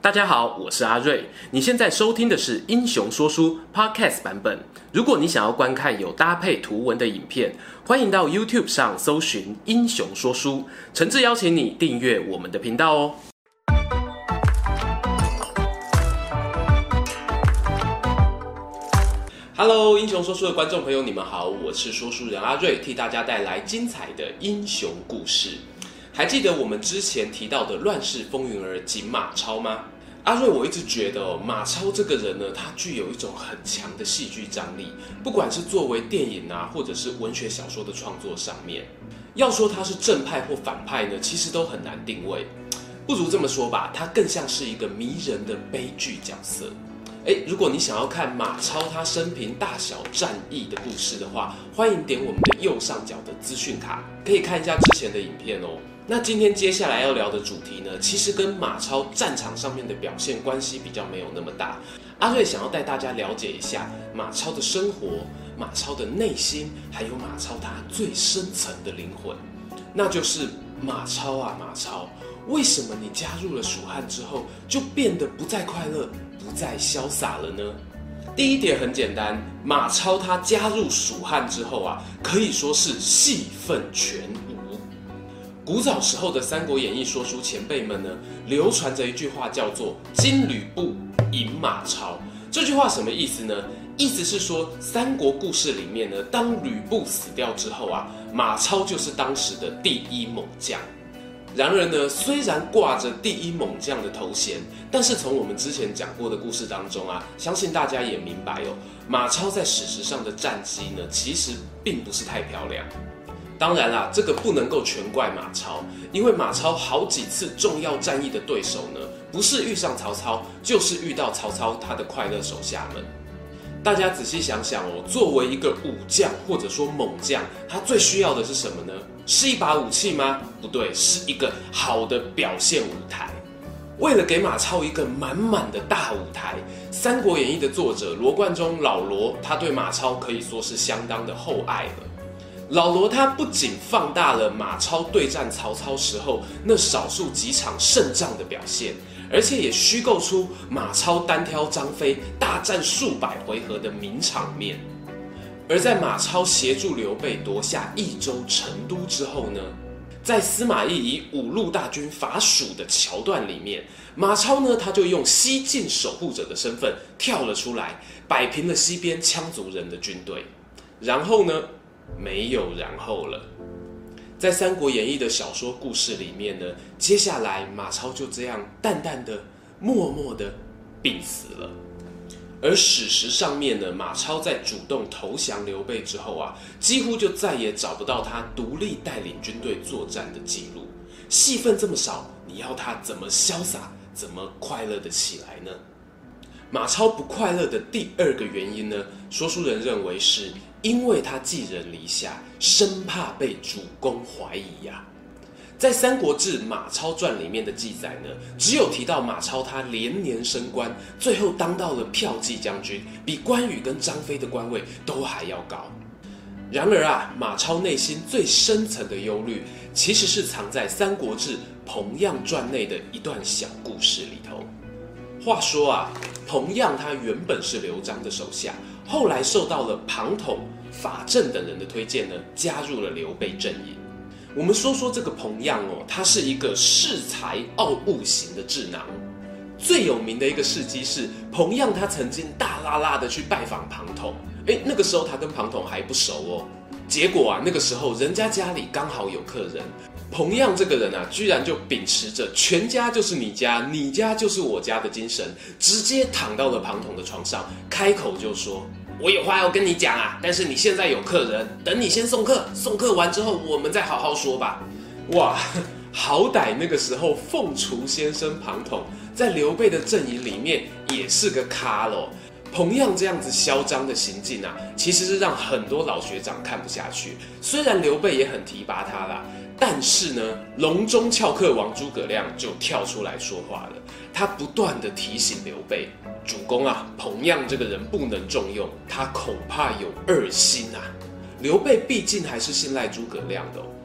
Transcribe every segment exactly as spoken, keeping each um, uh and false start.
大家好，我是阿瑞。你现在收听的是《英雄说书》Podcast 版本。如果你想要观看有搭配图文的影片，欢迎到 YouTube 上搜寻“英雄说书”，诚挚邀请你订阅我们的频道哦。Hello， 英雄说书的观众朋友，你们好，我是说书人阿瑞，替大家带来精彩的英雄故事。还记得我们之前提到的乱世风云儿景马超吗？阿瑞，我一直觉得、哦、马超这个人呢，他具有一种很强的戏剧张力，不管是作为电影啊，或者是文学小说的创作上面，要说他是正派或反派呢，其实都很难定位。不如这么说吧，他更像是一个迷人的悲剧角色。诶，如果你想要看马超他生平大小战役的故事的话，欢迎点我们的右上角的资讯卡，可以看一下之前的影片哦。那今天接下来要聊的主题呢，其实跟马超战场上面的表现关系比较没有那么大。阿瑞想要带大家了解一下马超的生活、马超的内心，还有马超他最深层的灵魂，那就是马超啊马超，为什么你加入了蜀汉之后就变得不再快乐、不再潇洒了呢？第一点很简单，马超他加入蜀汉之后啊，可以说是戏份全无。古早时候的《三国演义》说书前辈们呢，流传着一句话叫做“金吕布赢马超”。这句话什么意思呢？意思是说，三国故事里面呢，当吕布死掉之后啊，马超就是当时的第一猛将。然而呢，虽然挂着第一猛将的头衔，但是从我们之前讲过的故事当中啊，相信大家也明白哦，马超在史实上的战绩呢，其实并不是太漂亮。当然啦，这个不能够全怪马超，因为马超好几次重要战役的对手呢，不是遇上曹操，就是遇到曹操他的快乐手下们。大家仔细想想哦，作为一个武将或者说猛将，他最需要的是什么呢？是一把武器吗？不对，是一个好的表现舞台。为了给马超一个满满的大舞台，《三国演义》的作者罗贯中老罗，他对马超可以说是相当的厚爱了。老罗他不仅放大了马超对战曹操时候那少数几场胜仗的表现，而且也虚构出马超单挑张飞大战数百回合的名场面。而在马超协助刘备夺下益州、成都之后呢，在司马懿以五路大军伐蜀的桥段里面，马超呢他就用西晋守护者的身份跳了出来，摆平了西边羌族人的军队。然后呢，没有然后了。在《三国演义》的小说故事里面呢，接下来马超就这样淡淡的、默默的病死了。而史实上面呢，马超在主动投降刘备之后啊，几乎就再也找不到他独立带领军队作战的记录。戏份这么少，你要他怎么潇洒、怎么快乐的起来呢？马超不快乐的第二个原因呢，说书人认为是因为他寄人篱下，生怕被主公怀疑呀、啊。在《三国志·马超传》里面的记载呢，只有提到马超他连年升官，最后当到了骠骑将军，比关羽跟张飞的官位都还要高。然而啊，马超内心最深层的忧虑，其实是藏在《三国志·彭样传》内的一段小故事里头。话说啊，彭样他原本是刘璋的手下，后来受到了庞统、法正等人的推荐呢，加入了刘备阵营。我们说说这个彭样哦，他是一个恃才傲物型的智囊。最有名的一个事迹是，彭样他曾经大拉拉的去拜访庞统，哎，那个时候他跟庞统还不熟哦。结果啊，那个时候人家家里刚好有客人，彭样这个人啊，居然就秉持着全家就是你家，你家就是我家的精神，直接躺到了庞统的床上，开口就说：“我有话要跟你讲啊，但是你现在有客人，等你先送客，送客完之后我们再好好说吧。”哇，好歹那个时候凤雏先生庞统在刘备的阵营里面也是个咖咯。彭样这样子嚣张的行径啊，其实是让很多老学长看不下去。虽然刘备也很提拔他啦，但是呢，隆中翘课王诸葛亮就跳出来说话了。他不断的提醒刘备，主公啊，彭样这个人不能重用，他恐怕有二心啊。刘备毕竟还是信赖诸葛亮的、哦，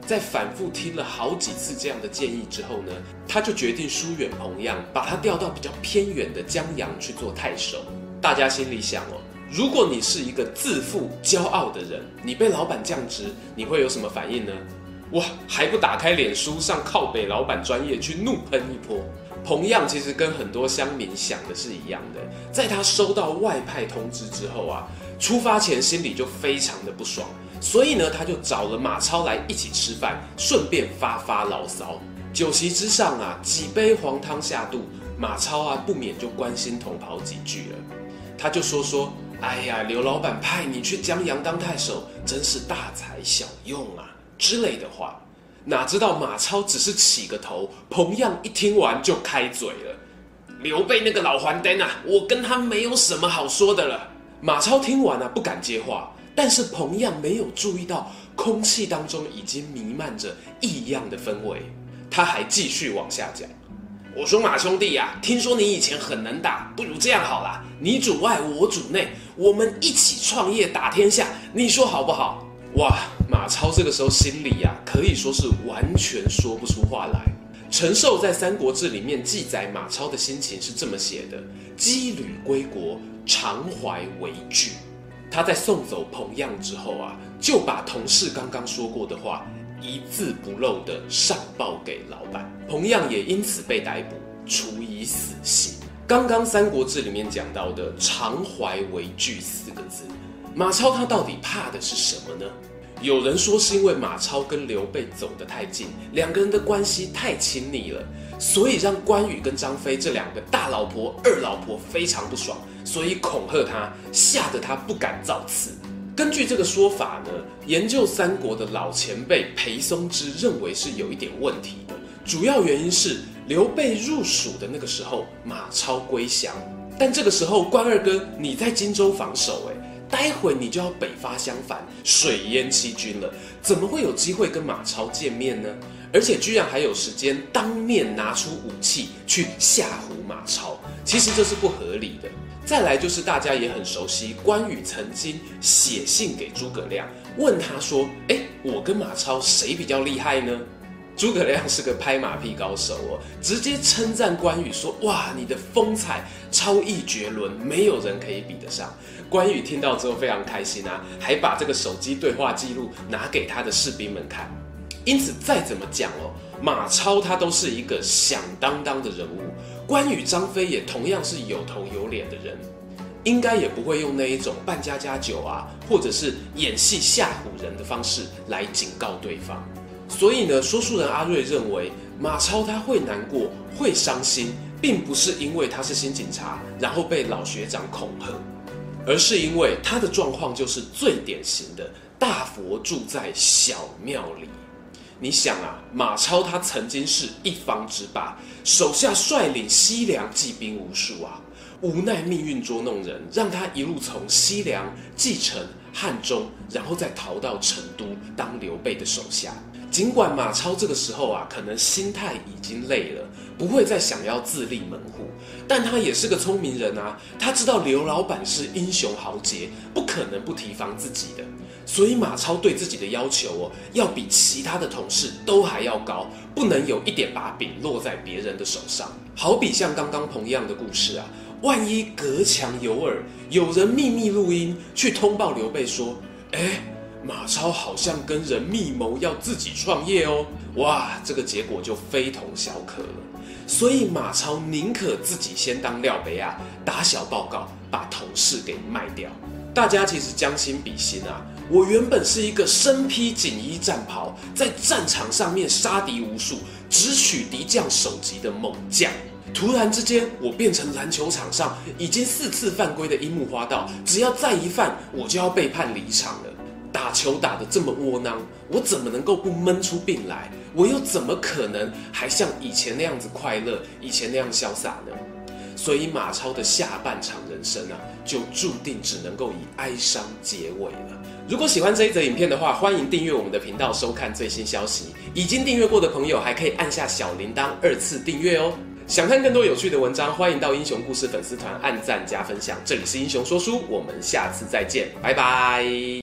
在反复听了好几次这样的建议之后呢，他就决定疏远彭样，把他调到比较偏远的江阳去做太守。大家心里想哦，如果你是一个自负骄傲的人，你被老板降职，你会有什么反应呢？哇，还不打开脸书上靠北老板专业去怒喷一波。彭样其实跟很多乡民想的是一样的，在他收到外派通知之后啊，出发前心里就非常的不爽，所以呢，他就找了马超来一起吃饭，顺便发发牢骚。酒席之上啊，几杯黄汤下肚，马超啊不免就关心同袍几句了。他就说说，哎呀，刘老板派你去江阳当太守，真是大材小用啊之类的话。哪知道马超只是起个头，彭样一听完就开嘴了。刘备那个老还灯啊，我跟他没有什么好说的了。马超听完啊，不敢接话，但是彭样没有注意到空气当中已经弥漫着异样的氛围，他还继续往下讲。我说马兄弟啊，听说你以前很能打，不如这样好啦，你主外我主内，我们一起创业打天下，你说好不好？哇，马超这个时候心里啊，可以说是完全说不出话来。陈寿在《三国志》里面记载马超的心情是这么写的：羁旅归国，常怀为惧。他在送走彭样之后啊，就把同事刚刚说过的话一字不漏的上报给老板，彭样也因此被逮捕，处以死刑。刚刚《三国志》里面讲到的“常怀为惧”四个字，马超他到底怕的是什么呢？有人说是因为马超跟刘备走得太近，两个人的关系太亲密了，所以让关羽跟张飞这两个大老婆、二老婆非常不爽，所以恐吓他，吓得他不敢造次。根据这个说法呢，研究三国的老前辈裴松之认为是有一点问题的，主要原因是刘备入蜀的那个时候，马超归降，但这个时候关二哥你在荆州防守，哎。待会你就要北伐襄樊，水淹七军了，怎么会有机会跟马超见面呢？而且居然还有时间当面拿出武器去吓唬马超，其实这是不合理的。再来就是大家也很熟悉，关羽曾经写信给诸葛亮，问他说：“哎，我跟马超谁比较厉害呢？”诸葛亮是个拍马屁高手哦，直接称赞关羽说：“哇，你的风采超逸绝伦，没有人可以比得上。”关羽听到之后非常开心啊，还把这个手机对话记录拿给他的士兵们看。因此再怎么讲哦，马超他都是一个响当当的人物，关羽、张飞也同样是有头有脸的人，应该也不会用那一种扮家家酒啊，或者是演戏吓唬人的方式来警告对方。所以呢，说书人阿瑞认为马超他会难过、会伤心，并不是因为他是新警察，然后被老学长恐吓，而是因为他的状况就是最典型的大佛住在小庙里。你想啊，马超他曾经是一方之霸，手下率领西凉骑兵无数啊，无奈命运捉弄人，让他一路从西凉继承汉中，然后再逃到成都当刘备的手下。尽管马超这个时候啊，可能心态已经累了，不会再想要自立门户，但他也是个聪明人啊，他知道刘老板是英雄豪杰，不可能不提防自己的，所以马超对自己的要求哦，要比其他的同事都还要高，不能有一点把柄落在别人的手上。好比像刚刚彭样的故事啊，万一隔墙有耳，有人秘密录音去通报刘备说，哎，马超好像跟人密谋要自己创业哦，哇，这个结果就非同小可了。所以马超宁可自己先当料杯啊，打小报告，把同事给卖掉。大家其实将心比心啊，我原本是一个身披锦衣战袍，在战场上面杀敌无数，直取敌将首级的猛将。突然之间，我变成篮球场上已经四次犯规的樱木花道，只要再一犯，我就要被判离场了。打球打得这么窝囊，我怎么能够不闷出病来？我又怎么可能还像以前那样子快乐，以前那样潇洒呢？所以马超的下半场人生啊，就注定只能够以哀伤结尾了。如果喜欢这一则影片的话，欢迎订阅我们的频道，收看最新消息。已经订阅过的朋友，还可以按下小铃铛二次订阅哦。想看更多有趣的文章，欢迎到英雄故事粉丝团按赞加分享。这里是英雄说书，我们下次再见，拜拜。